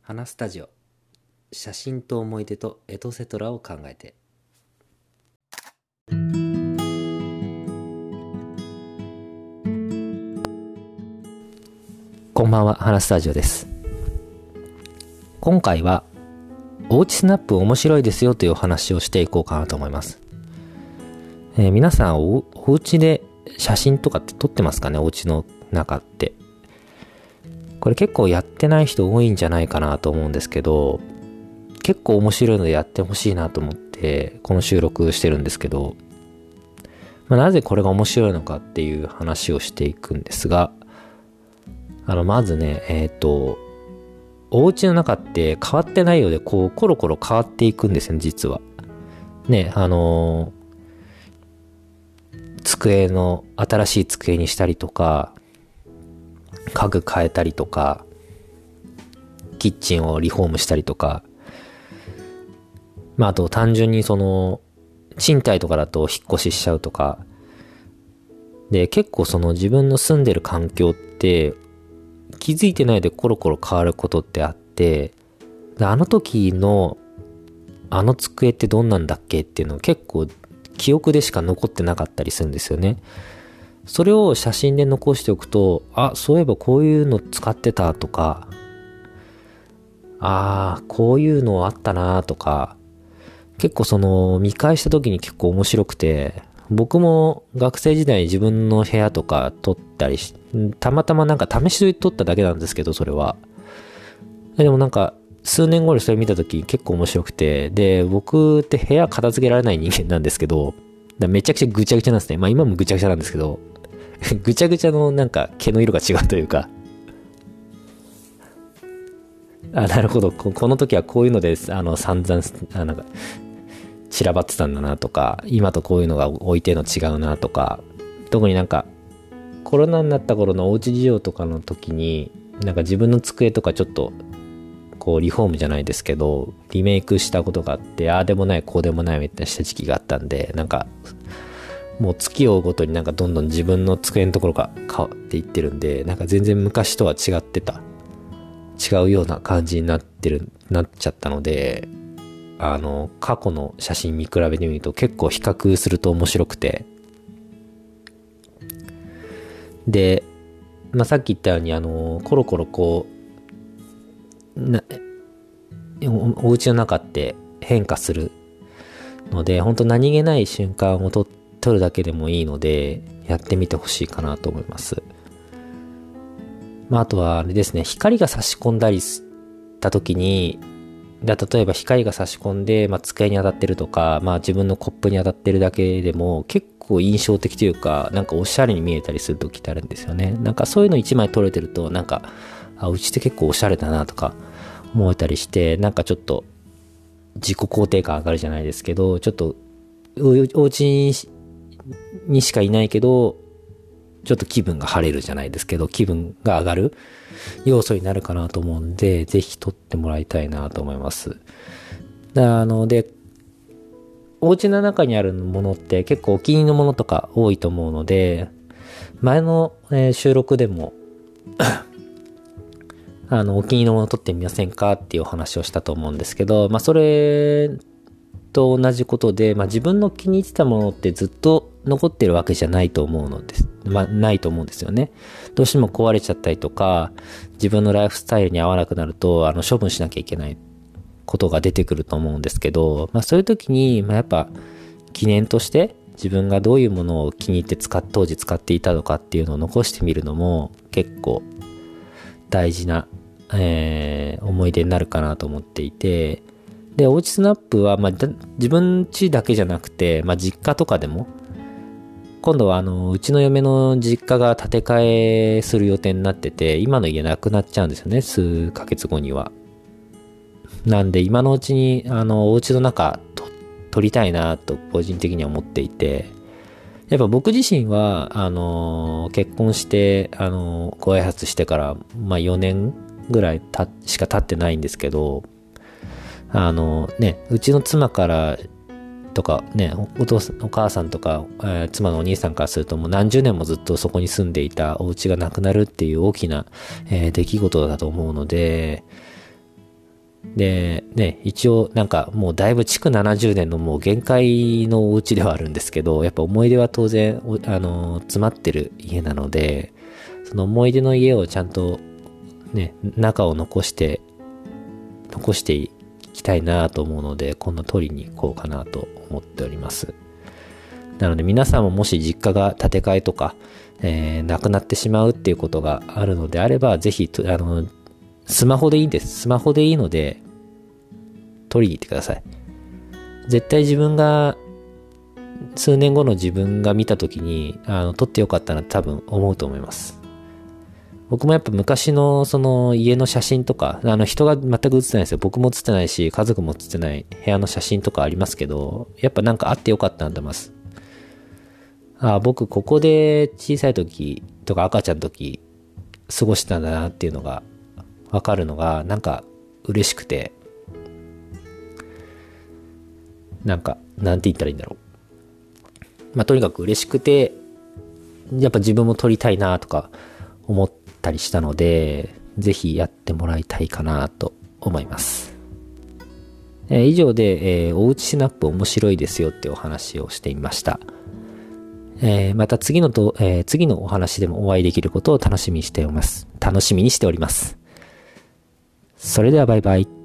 花スタジオ、写真と思い出とエトセトラを考えて。こんばんは、花スタジオです。今回はおうちスナップ面白いですよというお話をしていこうかなと思います。皆さんお家で写真とかって撮ってますかね？お家の中って。これ結構やってない人多いんじゃないかなと思うんですけど、結構面白いのでやってほしいなと思ってこの収録してるんですけど、なぜこれが面白いのかっていう話をしていくんですが、まずね、お家の中って変わってないようでコロコロ変わっていくんですよね、実は。ね、新しい机にしたりとか、家具変えたりとか、キッチンをリフォームしたりとか、あと単純に賃貸とかだと引っ越ししちゃうとか、で、結構自分の住んでる環境って、気づいてないでコロコロ変わることってあって、あの時のあの机ってどんなんだっけっていうの結構記憶でしか残ってなかったりするんですよね。それを写真で残しておくと、そういえばこういうの使ってたとか、こういうのあったなとか、結構見返した時に結構面白くて、僕も学生時代に自分の部屋とか撮ったりたまたま試し撮り撮っただけなんですけど、それは。でも数年後にそれ見た時結構面白くて、で、僕って部屋片付けられない人間なんですけど、めちゃくちゃぐちゃぐちゃなんですね。今もぐちゃぐちゃなんですけど、ぐちゃぐちゃの毛の色が違うというか、なるほど、この時はこういうので、散々、散らばってたんだなとか、今とこういうのが置いてるの違うなとか、特にコロナになった頃のおうち事情とかの時に、自分の机とかちょっと、リフォームじゃないですけど、リメイクしたことがあって、ああでもない、こうでもないみたいなした時期があったんで、もう月を追うごとにどんどん自分の机のところが変わっていってるんで、全然昔とは違うような感じになっちゃったので、過去の写真見比べてみると結構比較すると面白くて。で、さっき言ったようにコロコロお家の中って変化するので、本当何気ない瞬間を撮るだけでもいいので、やってみてほしいかなと思います。あとはあれですね、光が差し込んだりした時に、例えば光が差し込んで、机に当たってるとか、自分のコップに当たってるだけでも結構印象的というか、おしゃれに見えたりする時ってあるんですよね。そういうの一枚撮れてると、うちって結構おしゃれだなとか思えたりして、ちょっと自己肯定感上がるじゃないですけど、ちょっとお家にしかいないけど、ちょっと気分が晴れるじゃないですけど、気分が上がる要素になるかなと思うんで、ぜひ撮ってもらいたいなと思います。で、お家の中にあるものって結構お気に入りのものとか多いと思うので、前の、収録でもお気に入りのもの撮ってみませんかっていうお話をしたと思うんですけど、それと同じことで、自分の気に入ってたものってずっと残ってるわけじゃないと思うのです。ないと思うんですよね。どうしても壊れちゃったりとか、自分のライフスタイルに合わなくなると、処分しなきゃいけないことが出てくると思うんですけど、そういう時に、やっぱ記念として自分がどういうものを気に入って当時使っていたのかっていうのを残してみるのも結構大事な、思い出になるかなと思っていて、で、おうちスナップは、自分家だけじゃなくて、実家とかでも、今度はうちの嫁の実家が建て替えする予定になってて、今の家なくなっちゃうんですよね、数ヶ月後には。なんで、今のうちに、お家の中撮りたいなと、個人的には思っていて、やっぱ僕自身は、結婚して、ご挨拶してから、4年ぐらいしか経ってないんですけど、うちの妻からとかね、お母さんとか、妻のお兄さんからするともう何十年もずっとそこに住んでいたお家がなくなるっていう大きな、出来事だと思うので、 で、ね、一応なんかもうだいぶ築70年のもう限界のお家ではあるんですけど、やっぱ思い出は当然、詰まってる家なので、その思い出の家をちゃんとね、中を残していきたいなと思うので、今度取りに行こうかなと思っております。なので皆さんももし実家が建て替えとか、なくなってしまうっていうことがあるのであれば、ぜひ、スマホでいいんです。スマホでいいので、取りに行ってください。絶対自分が、数年後の自分が見たときに、撮ってよかったなって多分思うと思います。僕もやっぱ昔のその家の写真とか、人が全く写ってないですよ。僕も写ってないし、家族も写ってない部屋の写真とかありますけど、やっぱなんかあってよかったなと思います。僕ここで小さい時とか赤ちゃんの時過ごしたんだなっていうのがわかるのがなんか嬉しくて、なんかなんて言ったらいいんだろう。とにかく嬉しくて、やっぱ自分も撮りたいなとか思ったりしたので、ぜひやってもらいたいかなと思います。以上で、おうちスナップ面白いですよってお話をしてみました。また次のお話でもお会いできることを楽しみにしております。それではバイバイ。